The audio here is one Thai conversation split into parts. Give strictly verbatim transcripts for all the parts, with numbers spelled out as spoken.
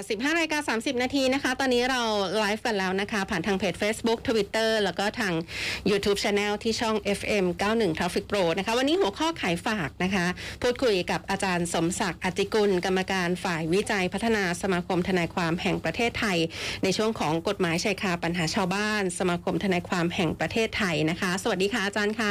สิบห้านาฬิกาสามสิบนาทีนะคะตอนนี้เราไลฟ์กันแล้วนะคะผ่านทางเพจ Facebook Twitter แล้วก็ทาง YouTube Channel ที่ช่อง เอฟ เอ็ม เก้าสิบเอ็ด Traffic Pro นะคะวันนี้หัวข้อขายฝากนะคะพูดคุยกับอาจารย์สมศักดิ์อติกุลกรรมการฝ่ายวิจัยพัฒนาสมาคมทนายความแห่งประเทศไทยในช่วงของกฎหมายชายคาปัญหาชาวบ้านสมาคมทนายความแห่งประเทศไทยนะคะสวัสดีค่ะอาจารย์คะ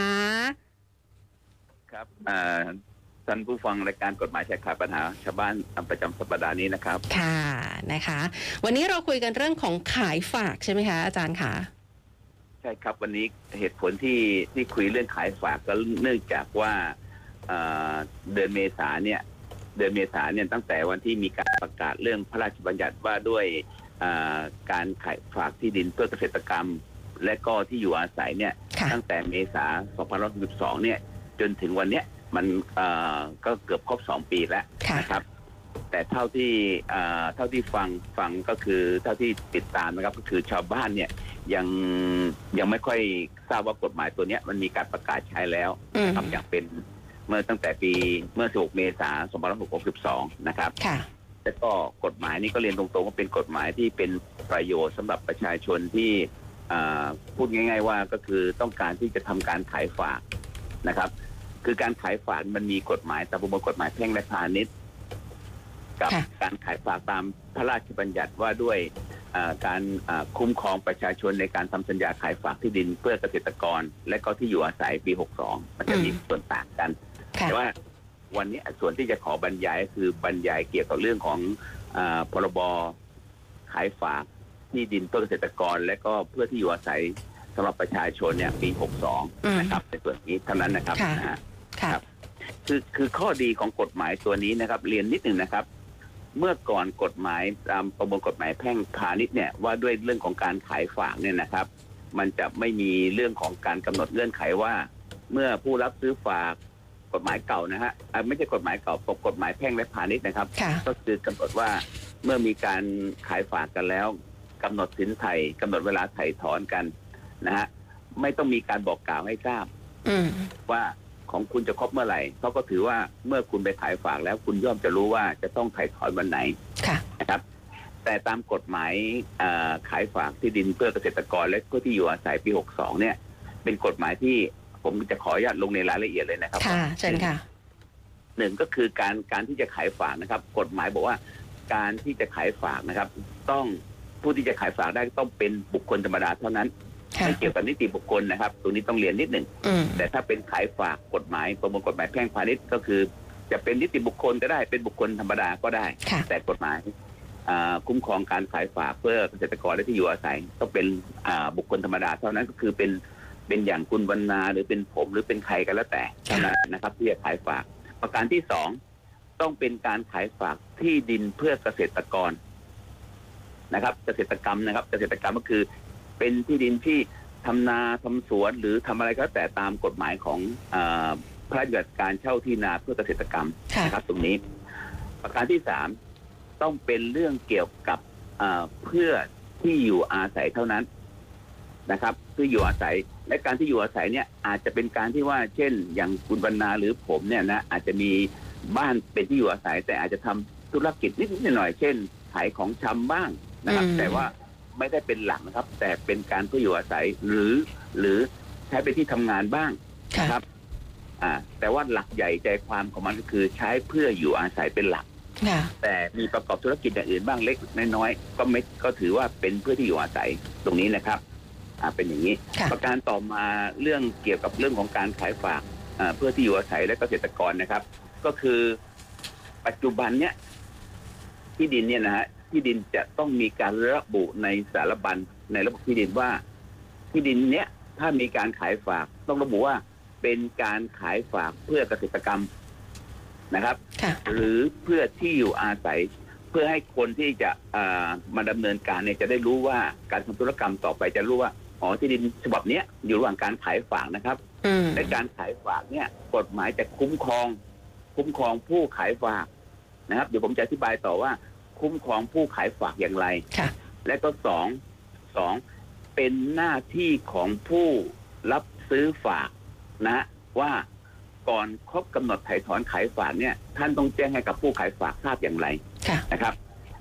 ครับท่านผู้ฟังรายการกฎหมายชายคาปัญหาชาวบ้านประจำสัปดาห์นี้นะครับค่ะนะคะวันนี้เราคุยกันเรื่องของขายฝากใช่ไหมคะอาจารย์คะใช่ครับวันนี้เหตุผลที่ที่คุยเรื่องขายฝากก็เนื่องจากว่าเดือนเมษาเนี่ยเดือนเมษาเนี่ยตั้งแต่วันที่มีการประกาศเรื่องพระราชบัญญัติว่าด้วยการขายฝากที่ดินเพื่อเกษตรกรรมและก็ที่อยู่อาศัยเนี่ยตั้งแต่เมษาสองพันห้าร้อยหกสิบสองเนี่ยจนถึงวันเนี้ยมันก็เกือบครบสองปีแล้วนะครับแต่เท่าที่เท่าที่ฟังฟังก็คือเท่าที่ติดตามนะครับก็คือชาวบ้านเนี่ยยังยังไม่ค่อยทราบว่ากฎหมายตัวนี้มันมีการประกาศใช้แล้วทำอย่างเป็นเมื่อตั้งแต่ปีเมื่อสิบหกเมษายนสองพันห้าร้อยหกสิบสองนะครับแล้วก็กฎหมายนี้ก็เรียนตรงๆว่าเป็นกฎหมายที่เป็นประโยชน์สำหรับประชาชนที่พูดง่ายๆว่าก็คือต้องการที่จะทำการขายฝากนะครับคือการขายฝากมันมีกฎหมายตามประมวลกฎหมายแพ่งและพาณิชย์กับการขายฝากตามพระราชบัญญัติว่าด้วยการคุ้มครองประชาชนในการทำสัญญาขายฝากที่ดินเพื่อเกษตรกรและก็ที่อยู่อาศัยปีหกสิบสองมันจะมีส่วนต่างกันแต่ว่าวันนี้ส่วนที่จะขอบรรยายคือบรรยายเกี่ยวกับเรื่องของพรบขายฝากที่ดินเพื่อเกษตรกรและก็เพื่อที่อยู่อาศัยสำหรับประชาชนเนี่ยปีหกสิบสองนะครับในส่วนนี้เท่านั้นนะครับนะครับคือคือข้อดีของกฎหมายตัวนี้นะครับเรียนนิดหนึ่งนะครับเมื่อก่อนกฎหมายตามประมวลกฎหมายแพ่งพาณิชย์เนี่ยว่าด้วยเรื่องของการขายฝากเนี่ยนะครับมันจะไม่มีเรื่องของการกำหนดเงื่อนไขว่าเมื่อผู้รับซื้อฝากกฎหมายเก่านะฮะไม่ใช่กฎหมายเก่ากฎหมายแพ่งและพาณิชย์นะครับก็คือกำหนดว่าเมื่อมีการขายฝากกันแล้วกำหนดสินไถ่กำหนดเวลาไถ่ถอนกันนะฮะไม่ต้องมีการบอกกล่าวให้ทราบว่าของคุณจะครบเมื่อไหร่เขาก็ถือว่าเมื่อคุณไปขายฝากแล้วคุณย่อมจะรู้ว่าจะต้องไถ่ถอนวันไหนนะครับแต่ตามกฎหมายขายฝากที่ดินเพื่อเกษตรกรและผู้ที่อยู่อาศัยปีหกสิบสองเนี่ยเป็นกฎหมายที่ผมจะขออนุญาตลงในรายละเอียดเลยนะครับค่ะเชิญค่ะหนึ่งก็คือการการที่จะขายฝากนะครับกฎหมายบอกว่าการที่จะขายฝากนะครับต้องผู้ที่จะขายฝากได้ต้องเป็นบุคคลธรรมดาเท่านั้นไม่เกี่ยวกับนิติบุคคลนะครับตรงนี้ต้องเรียนนิดหนึ่งแต่ถ้าเป็นขายฝากกฎหมายประมวลกฎหมายแพ่งพาณิชย์ก็คือจะเป็นนิติบุคคลก็ได้เป็นบุคคลธรรมดาก็ได้แต่กฎหมายคุ้มครองการขายฝากเพื่อเกษตรกรและที่อยู่อาศัยต้องเป็นบุคคลธรรมดาเท่านั้นก็คือเป็นเป็นอย่างคุณวรรณาหรือเป็นผมหรือเป็นใครก็แล้วแต่เท่านั้นนะครับที่จะขายฝากประการที่สองต้องเป็นการขายฝากที่ดินเพื่อเกษตรกรนะครับเกษตรกรรมนะครับเกษตรกรรมก็คือเป็นที่ดินที่ทำนาทำสวนหรือทำอะไรก็แต่ตามกฎหมายของพระราชบัญญัติการเช่าที่นาเพื่อเกษตรกรรมนะครับตรงนี้ประการที่สามต้องเป็นเรื่องเกี่ยวกับเพื่อที่อยู่อาศัยเท่านั้นนะครับเพื่ออยู่อาศัยและการที่อยู่อาศัยเนี่ยอาจจะเป็นการที่ว่าเช่นอย่างคุณวรรณาหรือผมเนี่ยนะอาจจะมีบ้านเป็นที่อยู่อาศัยแต่อาจจะทำธุรกิจนิดหน่อยเช่นขายของชำบ้างนะครับแต่ว่าไม่ได้เป็นหลักนะครับแต่เป็นการเพื่ออยู่อาศัยหรือหรือใช้เป็นที่ทำงานบ้างนะครับอ่าแต่ว่าหลักใหญ่ใจความของมันก็คือใช้เพื่ออยู่อาศัยเป็นหลักแต่มีประกอบธุรกิจอย่างอื่นบ้างเล็กน้อยๆก็ไม่ก็ถือว่าเป็นเพื่อที่อยู่อาศัยตรงนี้นะครับอ่าเป็นอย่างนี้ประการต่อมาเรื่องเกี่ยวกับเรื่องของการขายฝากอ่าเพื่อที่อยู่อาศัยและเกษตรกรนะครับก็คือปัจจุบันเนี้ยที่ดินเนี่ยนะฮะที่ดินจะต้องมีการระบุในสารบัญในระบบที่ดินว่าที่ดินเนี้ยถ้ามีการขายฝากต้องระบุว่าเป็นการขายฝากเพื่อเกษตรกรรมนะครับหรือเพื่อที่อยู่อาศัยเพื่อให้คนที่จะมาดำเนินการเนี่ยจะได้รู้ว่าการทำธุรกรรมต่อไปจะรู้ว่าอ๋อที่ดินฉบับนี้อยู่ระหว่างการขายฝากนะครับในการขายฝากเนี่ยกฎหมายจะคุ้มครองคุ้มครองผู้ขายฝากนะครับเดี๋ยวผมจะอธิบายต่อว่าคุ้มครองผู้ขายฝากอย่างไรและก็สองสองเป็นหน้าที่ของผู้รับซื้อฝากนะว่าก่อนครบกำหนดไถ่ถอนขายฝากเนี่ยท่านต้องแจ้งให้กับผู้ขายฝากทราบอย่างไรนะครับ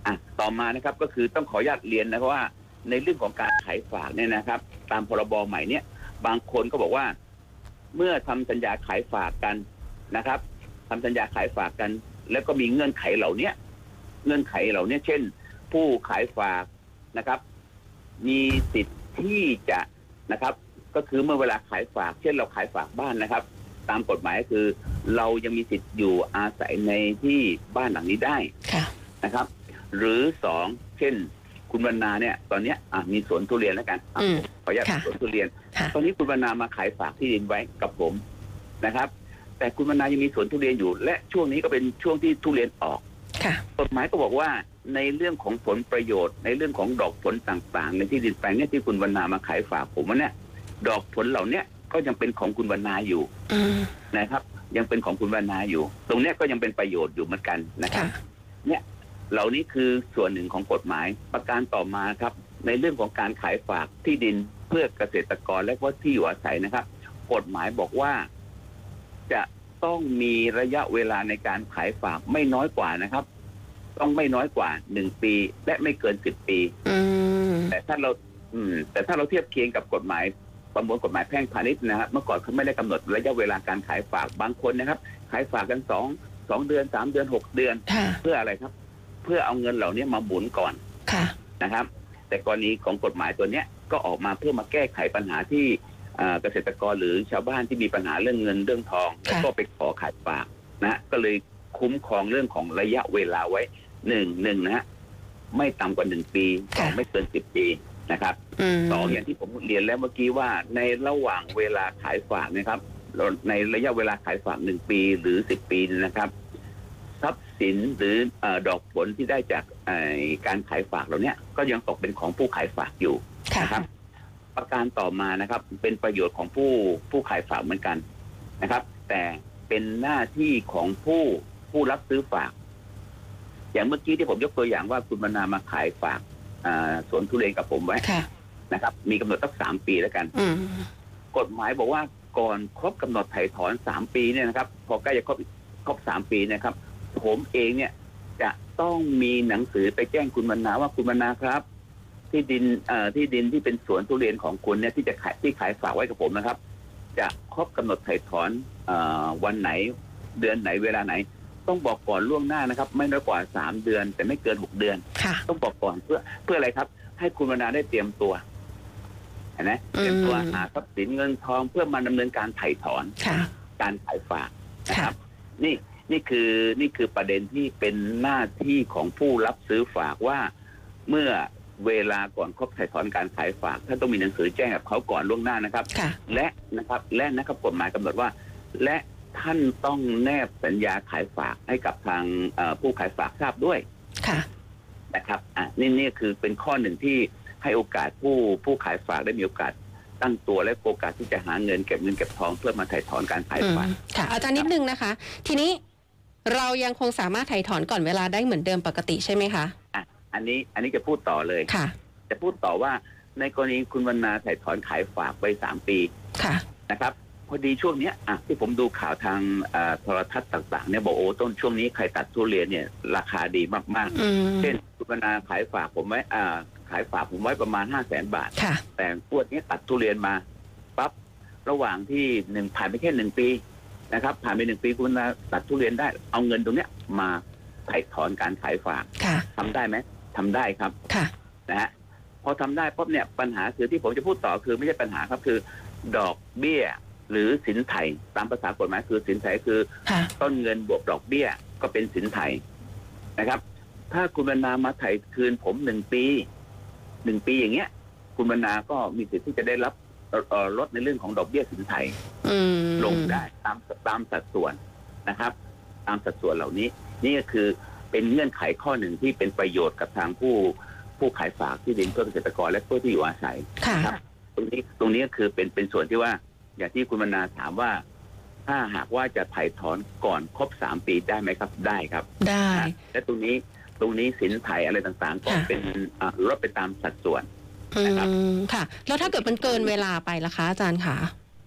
อ่ะต่อมานะครับก็คือต้องขออนุญาตเรียนนะครับว่าในเรื่องของการขายฝากเนี่ยนะครับตามพรบใหม่เนี่ยบางคนก็บอกว่าเมื่อทำสัญญาขายฝากกันนะครับทำสัญญาขายฝากกันแล้วก็มีเงื่อนไขเหล่านี้เงื่อนไขเหล่านี้เช่นผู้ขายฝากนะครับมีสิทธิ์ที่จะนะครับก็คือเมื่อเวลาขายฝากเช่นเราขายฝากบ้านนะครับตามกฎหมายคือเรายังมีสิทธิ์อยู่อาศัยในที่บ้านหลังนี้ได้นะครับหรือสองเช่นคุณวรรณาเนี่ยตอนนี้มีสวนทุเรียนแล้วกันขออนุญาตสวนทุเรียนตอนนี้คุณวรรณามาขายฝากที่ดินไว้กับผมนะครับแต่คุณวรรณายังมีสวนทุเรียนอยู่และช่วงนี้ก็เป็นช่วงที่ทุเรียนออกกฎหมายก็บอกว่าในเรื่องของผลประโยชน์ในเรื่องของดอกผลต่างๆในที่ดินแปลงนี้ที่คุณวรรณามาขายฝากผมว่าเนี่ยดอกผลเหล่านี้ก็ยังเป็นของคุณวรรณาอยู่นะครับยังเป็นของคุณวรรณาอยู่ตรงนี้ก็ยังเป็นประโยชน์อยู่เหมือนกันนะครับเนี่ยเหล่านี้คือส่วนหนึ่งของกฎหมายประการต่อมาครับในเรื่องของการขายฝากที่ดินเพื่อเกษตรกรและว่าที่อยู่อาศัยนะครับกฎหมายบอกว่าจะต้องมีระยะเวลาในการขายฝากไม่น้อยกว่านะครับต้องไม่น้อยกว่าหนึ่งปีและไม่เกินสิบปีแต่ถ้าเราอืมแต่ถ้าเราเทียบเคียงกับกฎหมายประมวลกฎหมายแพ่งพาณิชย์นะครับเมื่อก่อนเขาไม่ได้กำหนดระยะเวลาการขายฝากบางคนนะครับขายฝากกันสองสองเดือนสามเดือนหกเดือนเพื่ออะไรครับเพื่อเอาเงินเหล่านี้มาหมุนก่อนนะครับแต่กรณีของกฎหมายตัวนี้ก็ออกมาเพื่อมาแก้ไขปัญหาที่เกษตรกรหรือชาวบ้านที่มีปัญหาเรื่องเงินเรื่องทองแล้วก็ไปขอขายฝากนะก็เลยคุ้มครองเรื่องของระยะเวลาไว้หนึ่งหนึ่งนะฮะไม่ต่ำกว่าหนึ่งปีสองไม่เกินสิบปีนะครับสองอย่างที่ผมเรียนแล้วเมื่อกี้ว่าในระหว่างเวลาขายฝากนะครับในระยะเวลาขายฝากหนึ่งปีหรือสิบปีนะครับทรัพย์สินหรือดอกผลที่ได้จากการขายฝากเหล่านี้ก็ยังตกเป็นของผู้ขายฝากอยู่นะครับประการต่อมานะครับเป็นประโยชน์ของผู้ผู้ขายฝากเหมือนกันนะครับแต่เป็นหน้าที่ของผู้ผู้รับซื้อฝากอย่างเมื่อกี้ที่ผมยกตัวอย่างว่าคุณวรรณามาขายฝากสวนทุเรียนกับผมไว้นะครับมีกำหนดตั้งสามปีแล้วกันกฎหมายบอกว่าก่อนครบกำหนดไถ่ถอนสามปีเนี่ยนะครับพอใกล้จะครบครบสามปีนะครับผมเองเนี่ยจะต้องมีหนังสือไปแจ้งคุณวรรณาว่าคุณวรรณาครับที่ดินเอ่อที่ดินที่เป็นสวนทุเรียนของคุณเนี่ยที่จะขายที่ขายฝากไว้กับผมนะครับจะครบกำหนดไถ่ถอนเอ่อวันไหนเดือนไหนเวลาไหนต้องบอกก่อนล่วงหน้านะครับไม่น้อยกว่าสามเดือนแต่ไม่เกินหกเดือนต้องบอกก่อนเพื่อเพื่ออะไรครับให้คุณวรรณาได้เตรียมตัวเห็นไหมเตรียมตัวหาทรัพย์สินเงินทองเพื่อมาดำเนินการไถ่ถอนการขายฝากนะครับนี่นี่คือนี่คือประเด็นที่เป็นหน้าที่ของผู้รับซื้อฝากว่าเมื่อเวลาก่อนครบไถ่ถอนการขายฝากท่านต้องมีหนังสือแจ้งกับเขาก่อนล่วงหน้านะครับและนะครับและนะครับกฎหมายกำหนดว่าและท่านต้องแนบสัญญาขายฝากให้กับทางผู้ขายฝากทราบด้วยนะครับอ่ะนี่นี่คือเป็นข้อหนึ่งที่ให้โอกาสผู้ผู้ขายฝากได้มีโอกาสตั้งตัวและโอกาสที่จะหาเงินเก็บเงินเก็บทองเพื่อมาไถ่ถอนการขายฝากค่ะอาจารย์นิดนึงนะคะทีนี้เรายังคงสามารถไถ่ถอนก่อนเวลาได้เหมือนเดิมปกติใช่ไหมคะอ่ะอันนี้อันนี้จะพูดต่อเลยค่ะจะพูดต่อว่าในกรณีคุณวรรณาไถ่ถอนขายฝากไปสามปีค่ะนะครับพอดีช่วงนี้อ่ะที่ผมดูข่าวทางโทรทัศน์ต่างๆเนี่ยบอกโอ้ต้นช่วงนี้ใครตัดทุเรียนเนี่ยราคาดีมากๆเช่นคุณวรรณาขายฝากผมไว้อ่าขายฝากผมไว้ประมาณห้าแสนบาทแต่พวกนี้ตัดทุเรียนมาปั๊บระหว่างที่หนึ่งผ่านไปแค่หนึ่งปีนะครับผ่านไปหนึ่งปีคุณมาตัดทุเรียนได้เอาเงินตรงเนี้ยมาไถ่ถอนการขายฝากทำได้ไหมทำได้ครับนะฮะพอทำได้ปุ๊บเนี่ยปัญหาคือที่ผมจะพูดต่อคือไม่ใช่ปัญหาครับคือดอกเบี้ยหรือสินไถ่ตามภาษากฎหมายคือสินไถ่คือต้นเงินบวกดอกเบี้ยก็เป็นสินไถ่นะครับถ้าคุณวรรณามาไถ่คืนผมหนึ่งปีหนึ่งปีอย่างเงี้ยคุณวรรณาก็มีสิทธิ์ที่จะได้รับลดในเรื่องของดอกเบี้ยสินไถ่ลงได้ตามตามสัดส่วนนะครับตามสัดส่วนเหล่านี้นี่ก็คือเป็นเงื่อนไขข้อหนึ่งที่เป็นประโยชน์กับทางผู้ผู้ขายฝากที่ดินเพื่อเกษตรกรและผู้ที่อยู่อาศัยครับตรงนี้ตรงนี้ก็คือเป็นเป็นส่วนที่ว่าอย่างที่คุณวรรณาถามว่าถ้าหากว่าจะไถ่ถอนก่อนครบสามปีได้ไหมครับได้ครับได้และตรงนี้ตรงนี้สินไถ่อะไรต่างๆก็เป็นลดไปตามสัดส่วนนะครับค่ะแล้วถ้าเกิดมันเกินเวลาไปล่ะคะอาจารย์คะ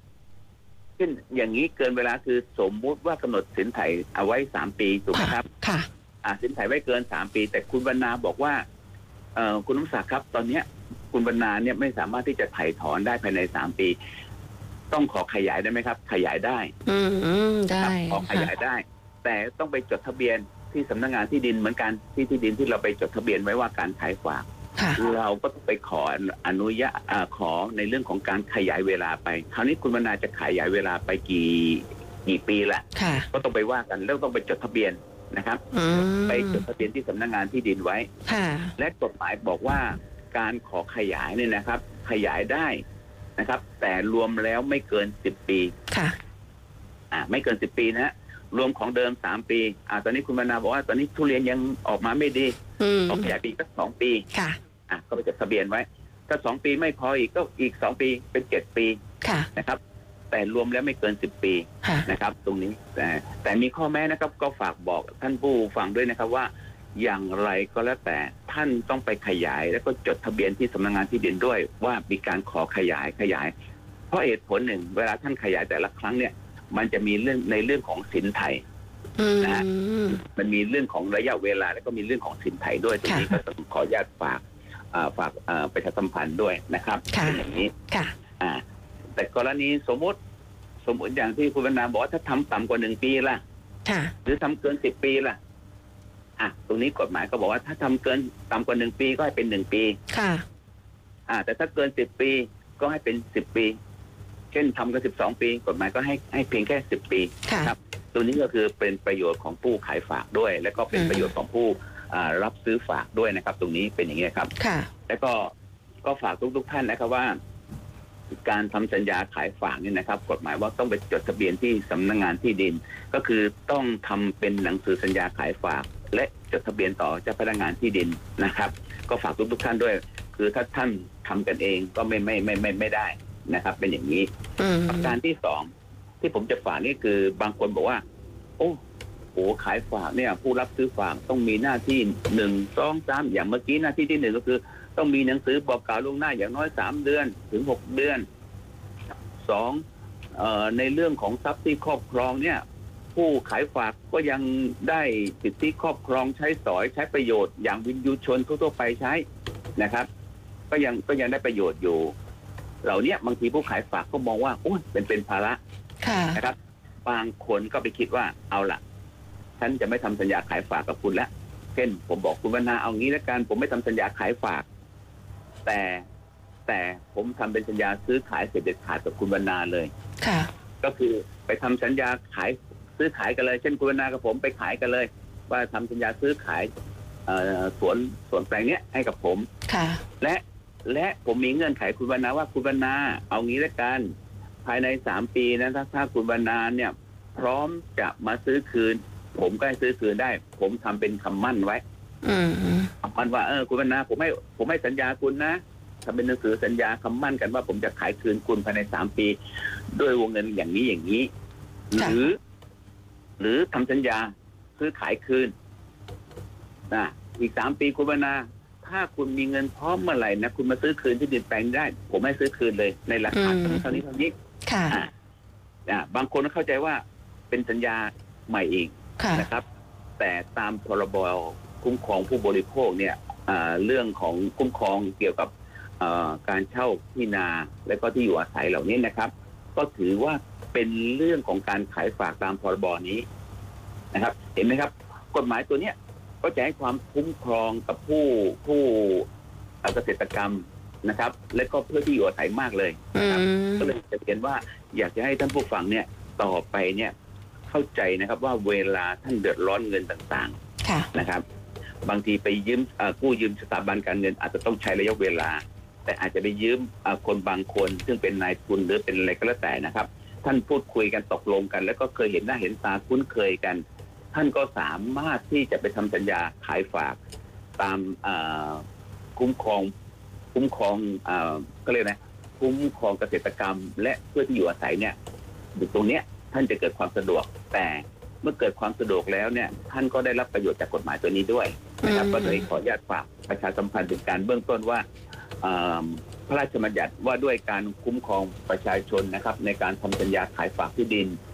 เช่นอย่างนี้เกินเวลาคือสมมุติว่ากำหนดสินไถ่เอาไว้สามปีถูกไหมครับค่ะอ่าสินไถ่ไว้เกินสามปีแต่คุณวรรณาบอกว่าเอ่อคุณสมศักดิ์ครับตอนเนี้ยคุณวรรณาเนี่ยไม่สามารถที่จะไถ่ถอนได้ภายในสามปีต้องขอขยายได้ไหมครับขยายได้อืมได้ขอขยายได้แต่ต้องไปจดทะเบียนที่สำนักงานที่ดินเหมือนกันที่ที่ดินที่เราไปจดทะเบียนไว้ว่าการขายฝากเราก็ต้องไปขออนุญาตขอในเรื่องของการขยายเวลาไปคราวนี้คุณวรรณาจะขยายเวลาไปกี่กี่ปีละก็ต้องไปว่ากันแล้วต้องไปจดทะเบียนนะครับไปจดทะเบียนที่สำนักงานที่ดินไว้และกฎหมายบอกว่าการขอขยายเนี่ยนะครับ ขยายได้นะครับ แต่รวมแล้วไม่เกินสิบปีค่ะอ่าไม่เกินสิบปีนะฮะรวมของเดิมสามปีอ่าตอนนี้คุณวรรณาบอกว่าตอนนี้ทุเรียนยังออกมาไม่ดีขอขยายปีก็สองปีค่ะอ่ะก็ไปจดทะเบียนไว้ถ้าสองปีไม่พออีกก็อีกสองปีเป็นเจ็ดปีค่ะนะครับแต่รวมแล้วไม่เกินสิบปีนะครับตรงนี้แต่แต่มีข้อแม้นะครับก็ฝากบอกท่านผู้ฟังด้วยนะครับว่าอย่างไรก็แล้วแต่ท่านต้องไปขยายแล้วก็จดทะเบียนที่สำนักงานที่ดินด้วยว่ามีการขอขยายขยายเพราะเหตุผลหนึ่งเวลาท่านขยายแต่ละครั้งเนี่ยมันจะมีเรื่องในเรื่องของสินไถ่นะฮะมันมีเรื่องของระยะเวลาแล้วก็มีเรื่องของสินไถ่ด้วยตรงนี้ก็ต้องขออนุญาตฝากฝากประชาสัมพันธ์ด้วยนะครับเป็นอย่างนี้อ่าแต่กรณีสมมติสมมติอย่างที่คุณวรรณาบอกว่าถ้าทำต่ำกว่าหนึ่งปีล่ะหรือทำเกินสิบปีล่ะอ่ะตรงนี้กฎหมายก็บอกว่าถ้าทำเกินต่ำกว่าหนึ่งปีก็ให้เป็นหนึ่งปีค่ะอ่าแต่ถ้าเกินสิบปีก็ให้เป็นสิบปีเช่นทำกันสิบสองปีกฎหมายก็ให้ให้เพียงแค่สิบปีครับตัวนี้ก็คือเป็นประโยชน์ของผู้ขายฝากด้วยและก็เป็นประโยชน์ของผู้รับซื้อฝากด้วยนะครับตรงนี้เป็นอย่างนี้ครับค่ะแล้วก็ก็ฝากทุกๆท่านนะครับว่าการทำสัญญาขายฝากนี่นะครับกฎหมายว่าต้องไปจดทะเบียนที่สำนักงานที่ดินก็คือต้องทำเป็นหนังสือสัญญาขายฝากและจดทะเบียนต่อเจ้าพนักงานที่ดินนะครับก็ฝากทุกๆท่านด้วยคือถ้าท่านทำกันเองก็ไม่ไม่ไม่ไม่ไม่ได้นะครับเป็นอย่างนี้ประการที่สองที่ผมจะฝากนี่คือบางคนบอกว่าโอ้โหขายฝากเนี่ยผู้รับซื้อฝากต้องมีหน้าที่หนึ่งสองสามอย่างเมื่อกี้หน้าที่ที่หนึ่งก็คือต้องมีหนังสือบอกกล่าวล่วงหน้าอย่างน้อยสามเดือนถึงหกเดือนสองเอ่อในเรื่องของทรัพย์ที่ครอบครองเนี่ยผู้ขายฝากก็ยังได้สิทธิครอบครองใช้สอยใช้ประโยชน์อย่างวินยูชนทั่วๆไปใช้นะครับก็ยังก็ยังได้ประโยชน์อยู่เหล่านี้บางทีผู้ขายฝากก็มองว่าโอ้ยเป็นเป็นภาระนะครับบางคนก็ไปคิดว่าเอาล่ะฉันจะไม่ทำสัญญาขายฝากกับคุณแล้วเช่นผมบอกคุณวรรณาเอางี้แล้วกันผมไม่ทำสัญญาขายฝากแต่แต่ผมทำเป็นสัญญาซื้อขายเสร็จเด็ดขาดกับคุณวรรณาเลยค่ะก็คือไปทำสัญญาขายซื้อขายกันเลยเช่นคุณวรรณากับผมไปขายกันเลยว่าทำสัญญาซื้อขายสวนสวนแปลงนี้ให้กับผมค่ะและและผมมีเงื่อนไขคุณวรรณาว่าคุณวรรณาเอางี้แล้วกันภายในสามปีนะถ้าถ้าคุณวรรณาเนี่ยพร้อมจะมาซื้อคืนผมก็ให้ซื้อคืนได้ผมทำเป็นคำมั่นไว้คำมั่นว่าเออคุณวรรณาผมให้ผมให้สัญญาคุณนะทำเป็นหนังสือสัญญาคำมั่นกันว่าผมจะขายคืนคุณภายในสามปีด้วยวงเงินอย่างนี้อย่างนี้หรือหรือทำสัญญาซื้อขายคืนนะอีกสามปีคุณวรรณาถ้าคุณมีเงินพร้อมเมื่อไหร่นะคุณมาซื้อคืนที่ดินแปลงได้ผมให้ซื้อคืนเลยในราคาเท่านี้เท่านี้ค่ะอ่าบางคนเข้าใจว่าเป็นสัญญาใหม่อีกนะครับแต่ตามพรบคุ้มครองผู้บริโภคเนี่ยเรื่องของคุ้มครองเกี่ยวกับการเช่าที่นาและก็ที่อยู่อาศัยเหล่านี้นะครับก็ถือว่าเป็นเรื่องของการขายฝากตามพรบนี้นะครับเห็นไหมครับกฎหมายตัวเนี้ยก็จะให้ความคุ้มครองกับผู้ผู้เกษตรกรรมนะครับและก็เพื่อที่อยู่อาศัยมากเลยนะครับก็เลยจะเห็นว่าอยากจะให้ท่านผู้ฟังเนี่ยต่อไปเนี่ยเข้าใจนะครับว่าเวลาท่านเดือดร้อนเงินต่างๆนะครับบางทีไปยืมกู้ยืมสถาบันการเงินอาจจะต้องใช้ระยะเวลาแต่อาจจะไปยืมคนบางคนซึ่งเป็นนายทุนหรือเป็นอะไรก็แล้วแต่นะครับท่านพูดคุยกันตกลงกันแล้วก็เคยเห็นหน้าเห็นตาคุ้นเคยกันท่านก็สามารถที่จะไปทำสัญญาขายฝากตามคุ้มครองคุ้มครองก็เรียกนะคุ้มครองเกษตรกรรมและเพื่อที่อยู่อาศัยเนี่ยตรงเนี้ยท่านจะเกิดความสะดวกแต่เมื่อเกิดความสะดวกแล้วเนี่ยท่านก็ได้รับประโยชน์จากกฎหมายตัวนี้ด้วยนะครับก็เลยขออนุญาตฝากประชาสัมพันธ์ถึงการเบื้องต้นว่าพระราชบัญญัติว่าด้วยการคุ้มครองประชาชนนะครับในการทำสัญญาขายฝากที่ดิน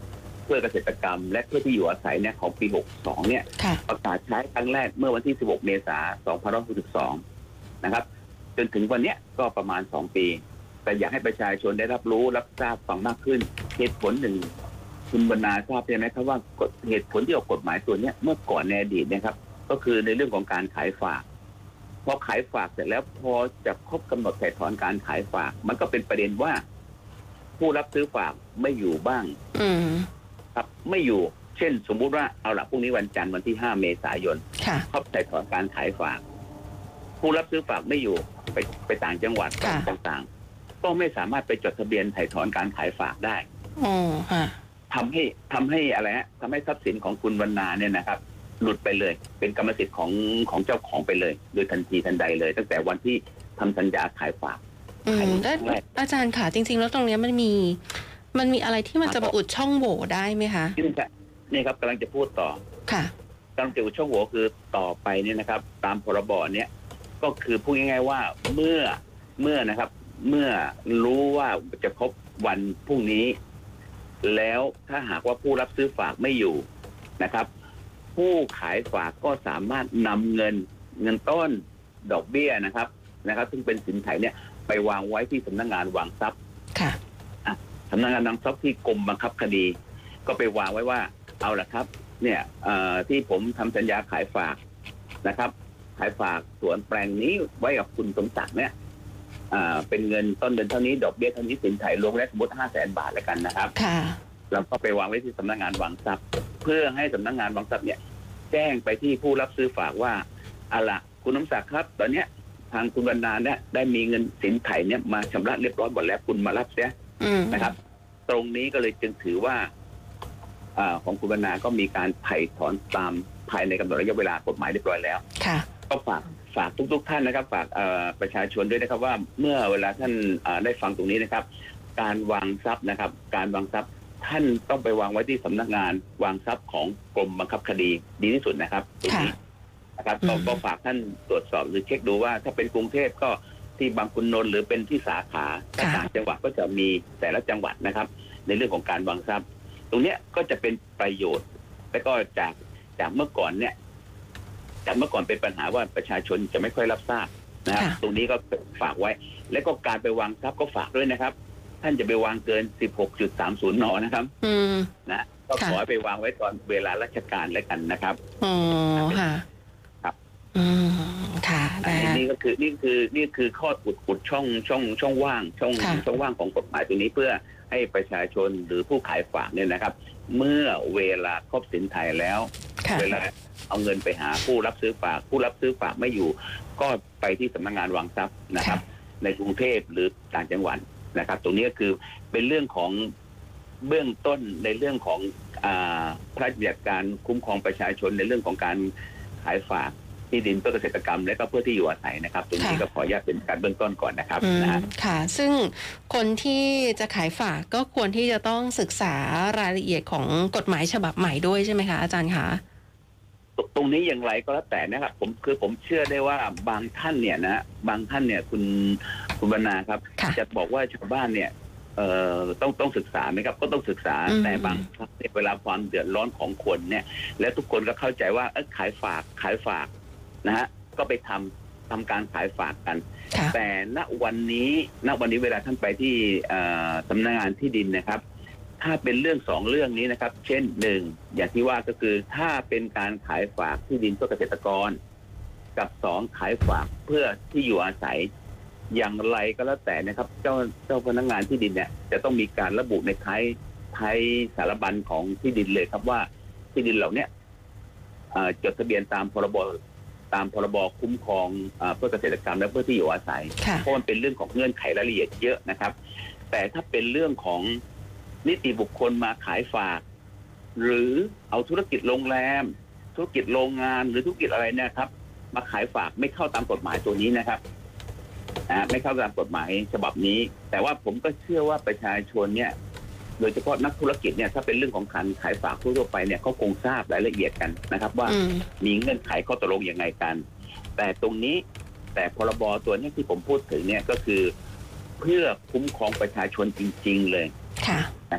เพื่อเกษตรกรรมและเพื่อที่อยู่อาศัยเนี่ยของปีหกสองเนี่ยประกาศใช้ครั้งแรกเมื่อวันที่สิบหกเมษายนสองพันห้าร้อยหกสิบสองนะครับจนถึงวันนี้ก็ประมาณสองปีแต่อยากให้ประชาชนได้รับรู้รับทราบฟังมากขึ้นเหตุผลหนึ่งคุณบรรณาทราบใช่ไหมครับว่าเหตุผลที่ออกกฎหมายตัวนี้เมื่อก่อนในอดีตนะครับก็คือในเรื่องของการขายฝากพอขายฝากเสร็จแล้วพอจะครบกำหนดถ่ายถอนการขายฝากมันก็เป็นประเด็นว่าผู้รับซื้อฝากไม่อยู่บ้างครับไม่อยู่เช่นสมมุติว่าเอาละพรุ่งนี้วันจันทร์วันที่ห้าเมษายนครบถ่ายถอนการขายฝากผู้รับซื้อฝากไม่อยู่ไปไปต่างจังหวัดต่างๆก็ไม่สามารถไปจดทะเบียนถ่ายถอนการขายฝากได้ทำให้ทำให้อะไรฮะทำให้ทรัพย์สินของคุณวรรณาเนี่ยนะครับหลุดไปเลยเป็นกรรมสิทธิ์ของของเจ้าของไปเลยโดยทันทีทันใดเลยตั้งแต่วันที่ทำสัญญาขายฝากอืมแล้วอาจารย์ค่ะจริงๆแล้วตรงนี้มันมีมันมีอะไรที่มันจะมาอุดช่องโหว่ได้ไหมคะนี่ครับกำลังจะพูดต่อค่ะกำลังจะอุดช่องโหว่คือต่อไปเนี่ยนะครับตามพรบเนี่ยก็คือพูดง่ายๆว่าเมื่อเมื่อนะครับเมื่อรู้ว่าจะครบวันพรุ่งนี้แล้วถ้าหากว่าผู้รับซื้อฝากไม่อยู่นะครับผู้ขายฝากก็สามารถนำเงินเงินต้นดอกเบี้ยนะครับนะครับซึ่งเป็นสินไถเนี่ยไปวางไว้ที่สำนักงานวางทรัพย์ค่ะสำนักงานวางทรัพย์ที่กรมบังคับคดีก็ไปวางไว้ว่าเอาละครับเนี่ยที่ผมทำสัญญาขายฝากนะครับขายฝากสวนแปลงนี้ไว้กับคุณสมศักดิ์เนี่ยเป็นเงินต้นเดือนเท่านี้ดอกเบี้ยเท่านี้สินไถรวมแล้วสมมติห้าแสนบาทแล้วกันนะครับค่ะเราก็ไปวางไว้ที่สำนักงานวางทรัพย์เพื่อให้สำนักงานวางทรัพย์เนี่ยแจ้งไปที่ผู้รับซื้อฝากว่าเอาละคุณสมศักดิ์ครับตอนเนี้ยทางคุณวรรณาเนี่ยได้มีเงินสินไถเนี่ยมาชำระเรียบร้อยหมดแล้วคุณมารับเสียนะครับตรงนี้ก็เลยจึงถือว่าของคุณวรรณาก็มีการไถ่ถอนตามภายในกำหนดระยะเวลากฎหมายเรียบร้อยแล้วก็ฝากฝากทุกๆท่านนะครับฝากประชาชนด้วยนะครับว่าเมื่อเวลาท่านได้ฟังตรงนี้นะครับการวางทรัพย์นะครับการวางทรัพย์ท่านต้องไปวางไว้ที่สำนักงานวางทรัพย์ของกรมบังคับคดีดีที่สุดนะครับตรงนี้นะครับก็ฝากท่านตรวจสอบหรือเช็คดูว่าถ้าเป็นกรุงเทพก็ที่บางขุนนนท์หรือเป็นที่สาขาต่างจังหวัดก็จะมีแต่ละจังหวัดนะครับในเรื่องของการวางทรัพย์ตรงนี้ก็จะเป็นประโยชน์และก็จากจากเมื่อก่อนเนี่ยจากเมื่อก่อนเป็นปัญหาว่าประชาชนจะไม่ค่อยรับทราบนะครับตรงนี้ก็ฝากไว้และก็การไปวางทรัพย์ก็ฝากด้วยนะครับท่านจะไปวางเกิน สิบหกจุดสามศูนย์ นนะครับนะก็ขอไปวางไว้ตอนเวลาราชการแล้วกันนะครับอ๋อค่ะครับอืมค่ะนี่ก็คือนี่คือนี่คือข้ออุดอุดช่องช่องช่องว่างช่องช่องว่างของกฎหมายตัวนี้เพื่อให้ประชาชนหรือผู้ขายฝากเนี่ยนะครับ เมื่อเวลาครบสินไถแล้วเวลาเอาเงินไปหาผู้รับซื้อฝากผู้รับซื้อฝากไม่อยู่ก็ไปที่สำนักงานวางทรัพย์นะครับในกรุงเทพหรือต่างจังหวัดนะครับตรงนี้ก็คือเป็นเรื่องของเบื้องต้นในเรื่องของพระราชบัญญัติการคุ้มครองประชาชนในเรื่องของการขายฝากที่ดินเพื่อเกษตรกรรมและก็เพื่อที่อยู่อาศัยนะครับตรงนี้ก็ขออนุญาตเป็นการเบื้องต้นก่อนนะครับนะค่ะซึ่งคนที่จะขายฝากก็ควรที่จะต้องศึกษารายละเอียดของกฎหมายฉบับใหม่ด้วยใช่ไหมคะอาจารย์คะตรงนี้อย่างไรก็แล้วแต่นะครับผมคือผมเชื่อได้ว่าบางท่านเนี่ยนะบางท่านเนี่ยคุณคุณบรรณาครับจะบอกว่าชาวบ้านเนี่ยเอ่อต้องต้องศึกษาไหมครับก็ต้องศึกษาแต่บางครั้งเวลาความเดือดร้อนของคนเนี่ยและทุกคนก็เข้าใจว่าเออขายฝากขายฝากนะฮะก็ไปทำทำการขายฝากกันแต่ณวันนี้ณวันนี้เวลาท่านไปที่สำนักงานที่ดินนะครับถ้าเป็นเรื่องสองเรื่องนี้นะครับเช่นหนึ่งอย่างที่ว่าก็คือถ้าเป็นการขายฝากที่ดินเพื่อเกษตรกรกับสองขายฝากเพื่อที่อยู่อาศัยอย่างไรก็แล้วแต่นะครับเจ้าเจ้าพนักงานที่ดินเนี่ยจะต้องมีการระบุในท้ายท้ายสารบัญของที่ดินเลยครับว่าที่ดินเหล่านี้จดทะเบียนตามพรบตามพรบคุ้มครองเพื่อเกษตรกรรมและเพื่อที่อยู่อาศัยเพราะมันเป็นเรื่องของเงื่อนไขรายละเอียดเยอะนะครับแต่ถ้าเป็นเรื่องของนิติบุคคลมาขายฝากหรือเอาธุรกิจโรงแรมธุรกิจโรงงานหรือธุรกิจอะไรเนี่ยครับมาขายฝากไม่เข้าตามกฎหมายตัวนี้นะครับนะไม่เข้าตามกฎหมายฉบับนี้แต่ว่าผมก็เชื่อว่าประชาชนเนี่ยโดยเฉพาะนักธุรกิจเนี่ยถ้าเป็นเรื่องของการขายฝากทั่วไปเนี่ยเขาคงทราบรายละเอียดกันนะครับว่ามีเงื่อนไขข้อตกลงยังไงกันแต่ตรงนี้แต่พรบตัวนี้ที่ผมพูดถึงเนี่ยก็คือเพื่อคุ้มครองประชาชนจริงๆเลยนะครับ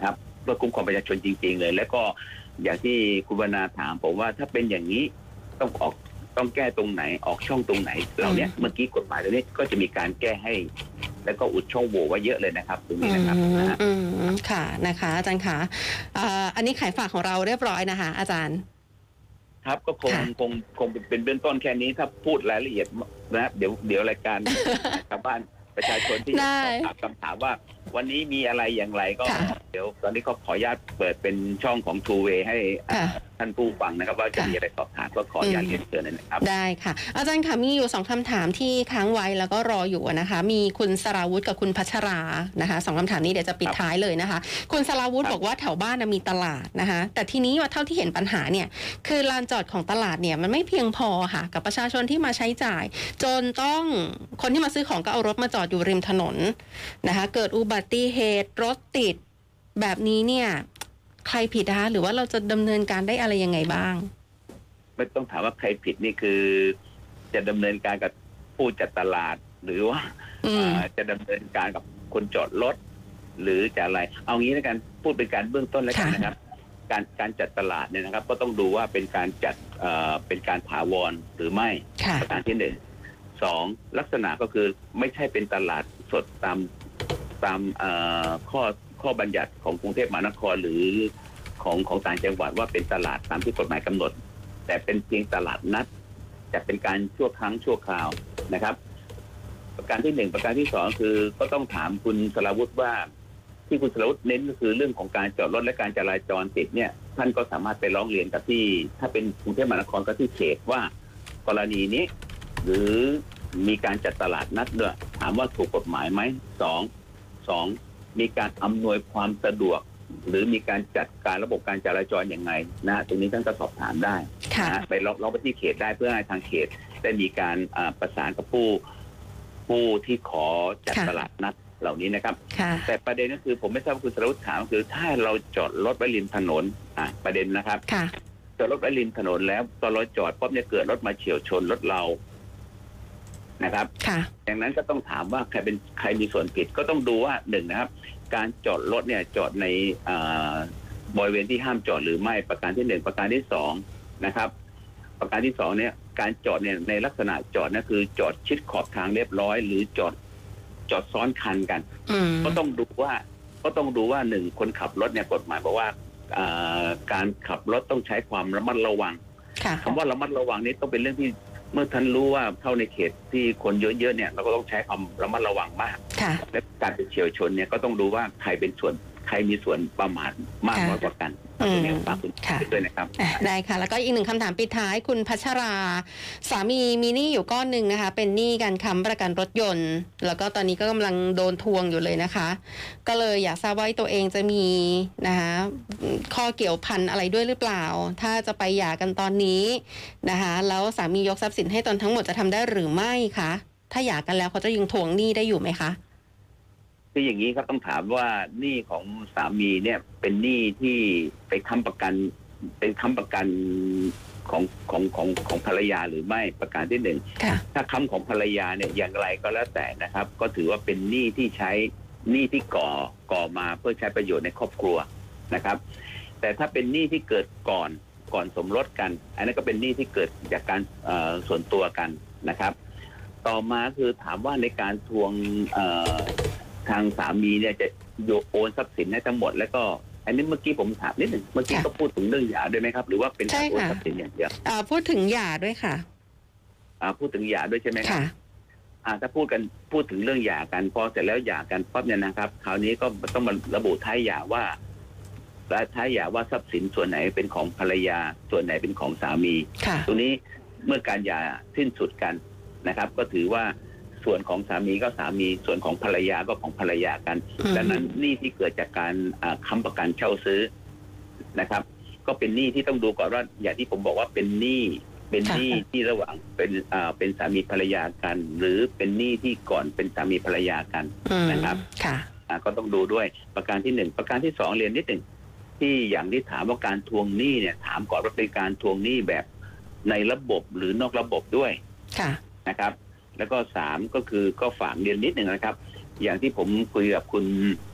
เพื่อคุ้มครองประชาชนจริงๆเลยแล้วก็อย่างที่คุณวรรณาถามผมว่าถ้าเป็นอย่างนี้ต้องออกต้องแก้ตรงไหนออกช่องตรงไหนเหล่านี้เมื่อกี้กฎหมายตัวนี้ก็จะมีการแก้ให้แล้วก็อุดช่องโหว่ไว้เยอะเลยนะครับตรงนี้นะครับอืมค่ะนะคะอาจารย์คะอันนี้ขายฝากของเราเรียบร้อยนะคะอาจารย์ครับก็คงคงคงเป็นเบื้องต้นแค่นี้ถ้าพูดรายละเอียดนะเดี๋ยวเดี๋ยวรายการชาวบ้านประชาชนที่จะตอบคำถามว่าวันนี้มีอะไรอย่างไรก็เดี๋ยวตอนนี้ก็ขออนุญาตเปิดเป็นช่องของ True Way ให้ท่านผู้ฟังนะครับว่าจะมีอะไรสอบถามก็ขออนุญาตเรียนเชิญนะครับได้ค่ะอาจารย์ค่ะมีอยู่สองคำถามที่ค้างไว้แล้วก็รออยู่นะคะมีคุณสราวุธกับคุณพัชรานะคะสองคำถามนี้เดี๋ยวจะปิดท้ายเลยนะคะคุณสราวุธบอกว่าแถวบ้านมีตลาดนะคะแต่ทีนี้ว่าเท่าที่เห็นปัญหาเนี่ยคือลานจอดของตลาดเนี่ยมันไม่เพียงพอค่ะกับประชาชนที่มาใช้จ่ายจนต้องคนที่มาซื้อของก็เอารถมาจอดอยู่ริมถนนนะคะเกิดอุบัติเหตุรถติดแบบนี้เนี่ยใครผิดนะคะหรือว่าเราจะดำเนินการได้อะไรยังไงบ้างไม่ต้องถามว่าใครผิดนี่คือจะดำเนินการกับผู้จัดตลาดหรือว่าจะดำเนินการกับคนจอดรถหรือจะอะไรเอางี้แล้วกันพูดเป็นการเบื้องต้นแล้วกันนะครับการการจัดตลาดเนี่ยนะครับก็ต้องดูว่าเป็นการจัดเป็นการถาวรหรือไม่ประการที่หนึ่งสองลักษณะก็คือไม่ใช่เป็นตลาดสดตามตามข้อข้อบัญญัติของกรุงเทพมหานครหรือของของต่างจังหวัดว่าเป็นตลาดตามที่กฎหมายกำหนดแต่เป็นเพียงตลาดนัดจะเป็นการชั่วครั้งชั่วคราวนะครับประการที่หนึ่งประการที่สองคือก็ต้องถามคุณสราวุธว่าที่คุณสราวุธเน้นก็คือเรื่องของการจอดรถและการจราจรติดเนี่ยท่านก็สามารถไปร้องเรียนกับที่ถ้าเป็นกรุงเทพมหานครก็ที่เขตว่ากรณีนี้หรือมีการจัดตลาดนัดด้วยถามว่าถูกกฎหมายไหมสองสองมีการอำนวยความสะดวกหรือมีการจัดการระบบการจราจรอย่างไรนะตรงนี้ท่านก็สอบถามได้นะไปร้องร้องไปที่เขตได้เพื่อให้ทางเขตได้มีการประสานกับผู้ผู้ที่ขอจัดตลาดนัดเหล่านี้นะครับแต่ประเด็นก็คือผมไม่ทราบคุณสรวุฒิถามคือถ้าเราจอดรถไว้ริมถนนอ่ะประเด็นนะครับจอดรถไว้ริมถนนแล้วตอนเราจอดปุ๊บเนี่ยเกิดรถมาเฉี่ยวชนรถเรานะครับดังนั้นก็ต้องถามว่าใครเป็นใครมีส่วนผิดก็ต้องดูว่าหนึ่งนะครับการจอดรถเนี่ยจอดในบริเวณที่ห้ามจอดหรือไม่ประการที่หนึ่งประการที่สองนะครับประการที่สองเนี่ยการจอดเนี่ยในลักษณะจอดนั่นคือจอดชิดขอบทางเรียบร้อยหรือจอดจอดซ้อนคันกันก็ต้องดูว่าก็ต้องดูว่าหนึ่งคนขับรถเนี่ยกฎหมายบอกว่าการขับรถต้องใช้ความระมัดระวังคำว่าระมัดระวังนี้ต้องเป็นเรื่องที่เมื่อท่านรู้ว่าเข้าในเขตที่คนเยอะๆเนี่ยเราก็ต้องใช้ความระมัดระวังมากและการไปเฉี่ยวชนเนี่ยก็ต้องดูว่าใครเป็นส่วนใครมีส่วนประมาทมากน้อยกว่ากันนี่ฝากคุณด้วยนะครับได้ค่ะแล้วก็อีกหนึ่งคำถามปิดท้ายคุณพัชราสามีมีหนี้อยู่ก้อนหนึ่งนะคะเป็นหนี้การค้ำประกันรถยนต์แล้วก็ตอนนี้ก็กำลังโดนทวงอยู่เลยนะคะก็เลยอยากทราบว่าตัวเองจะมีนะคะข้อเกี่ยวพันอะไรด้วยหรือเปล่าถ้าจะไปหย่ากันตอนนี้นะคะแล้วสามียกทรัพย์สินให้ตนทั้งหมดจะทำได้หรือไม่คะถ้าหย่ากันแล้วเขาจะยังทวงหนี้ได้อยู่ไหมคะคืออย่างนี้ครับต้องถามว่าหนี้ของสามีเนี่ยเป็นหนี้ที่ไปค้ำประกันเป็นค้ำประกันของของของของภรรยาหรือไม่ประการที่หนึ่งถ้าค้ำของภรรยาเนี่ยอย่างไรก็แล้วแต่นะครับก็ถือว่าเป็นหนี้ที่ใช้หนี้ที่ก่อก่อมาเพื่อใช้ประโยชน์ในครอบครัวนะครับแต่ถ้าเป็นหนี้ที่เกิดก่อนก่อนสมรสกันอันนั้นก็เป็นหนี้ที่เกิดจากการส่วนตัวกันนะครับต่อมาคือถามว่าในการทวงทางสามีเนี่ยจะโอนทรัพย์สินให้ทั้งหมดแล้วก็อันนี้เมื่อกี้ผมถามนิดหนึ่งเมื่อกี้ก็พูดถึงเรื่องหย่าด้วยไหมครับหรือว่าเป็นการโอนทรัพย์สินอย่างเดียวพูดถึงหย่าด้วยค่ะพูดถึงหย่าด้วยใช่ไหมครับถ้าพูดกันพูดถึงเรื่องหย่ากันพอเสร็จแล้วหย่ากันปั๊บเนี่ยนะครับคราวนี้ก็ต้องมาระบุท้ายหย่าว่าและท้ายหย่าว่าทรัพย์สินส่วนไหนเป็นของภรรยาส่วนไหนเป็นของสามีตรงนี้เมื่อการหย่าสิ้นสุดกันนะครับก็ถือว่าส่วนของสามีก็สามีส่วนของภรรยาก็ของภรรยากันดังนั้นหนี้ที่เกิดจากการค้ำประกันเช่าซื้อนะครับก็เป็นหนี้ที่ต้องดูก่อนว่าอย่างที่ผมบอกว่าเป็นหนี้เป็นหนี้ที่ระหว่างเป็นอ่าเป็นสามีภรรยากันหรือเป็นหนี้ที่ก่อนเป็นสามีภรรยากันนะครับค่ะก็ต้องดูด้วยประการที่หนึ่งประการที่สองเรียนนิดหนึ่งที่อย่างที่ถามว่าการทวงหนี้เนี่ยถามก่อนว่าเป็นการทวงหนี้แบบในระบบหรือนอกระบบด้วยค่ะนะครับแล้วก็สามก็คือก็ฝากเรียนนิดหนึ่งนะครับอย่างที่ผมคุยกับคุณ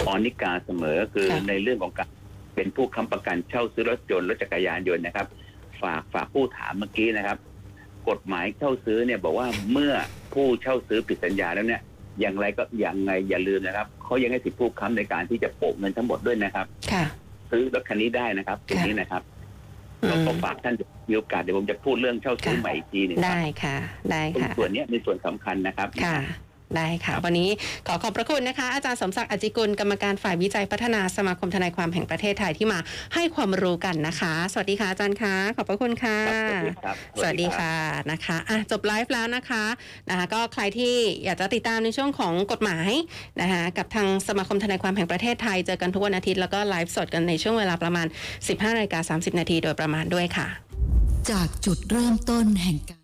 อนิกาเสมอคือค่ะในเรื่องของการเป็นผู้ค้ำประกันเช่าซื้อรถยนต์รถจักรยานยนต์นะครับ ฝากฝากผู้ถามเมื่อกี้นะครับ กฎหมายเช่าซื้อเนี่ยบอกว่าเมื่อผู้เช่าซื้อผิดสัญญาแล้วเนี่ยอย่างไรก็อย่างไงอย่าลืมนะครับเขายังให้สิทธิผู้ค้ำในการที่จะโปะเงินทั้งหมดด้วยนะครับค่ะซื้อรถคันนี้ได้นะครับตรงนี้นะครับอืมก็ฝากท่านมีโอกาสเดี๋ยวผมจะพูดเรื่องเช่าซื้อค่ะใหม่อีกทีหนึงครับได้ค่ะ ได้ตรงค่ะส่วนเนี้ยในส่วนสำคัญนะครับค่ะ ได้ค่ะ วันนี้ขอขอบพระคุณนะคะ อาจารย์สมศักดิ์อจจิกุลกรรมการฝ่ายวิจัยพัฒนาสมาคมทนายความแห่งประเทศไทยที่มาให้ความรู้กันนะคะ สวัสดีค่ะอาจารย์คะขอบพระคุณค่ะครับสวัสดีครับสวัสดีรับค่ะนะคะอ่ะจบไลฟ์แล้วนะคะนะคะก็ใครที่อยากจะติดตามในช่วงของกฎหมายนะคะกับทางสมาคมทนายความแห่งประเทศไทยเจอกันทุกวันอาทิตย์แล้วก็ไลฟ์สดกันในช่วงเวลาประมาณ สิบห้านาฬิกาสามสิบนาทีโดยประมาณด้วยค่ะจากจุดเริ่มต้นแห่งการ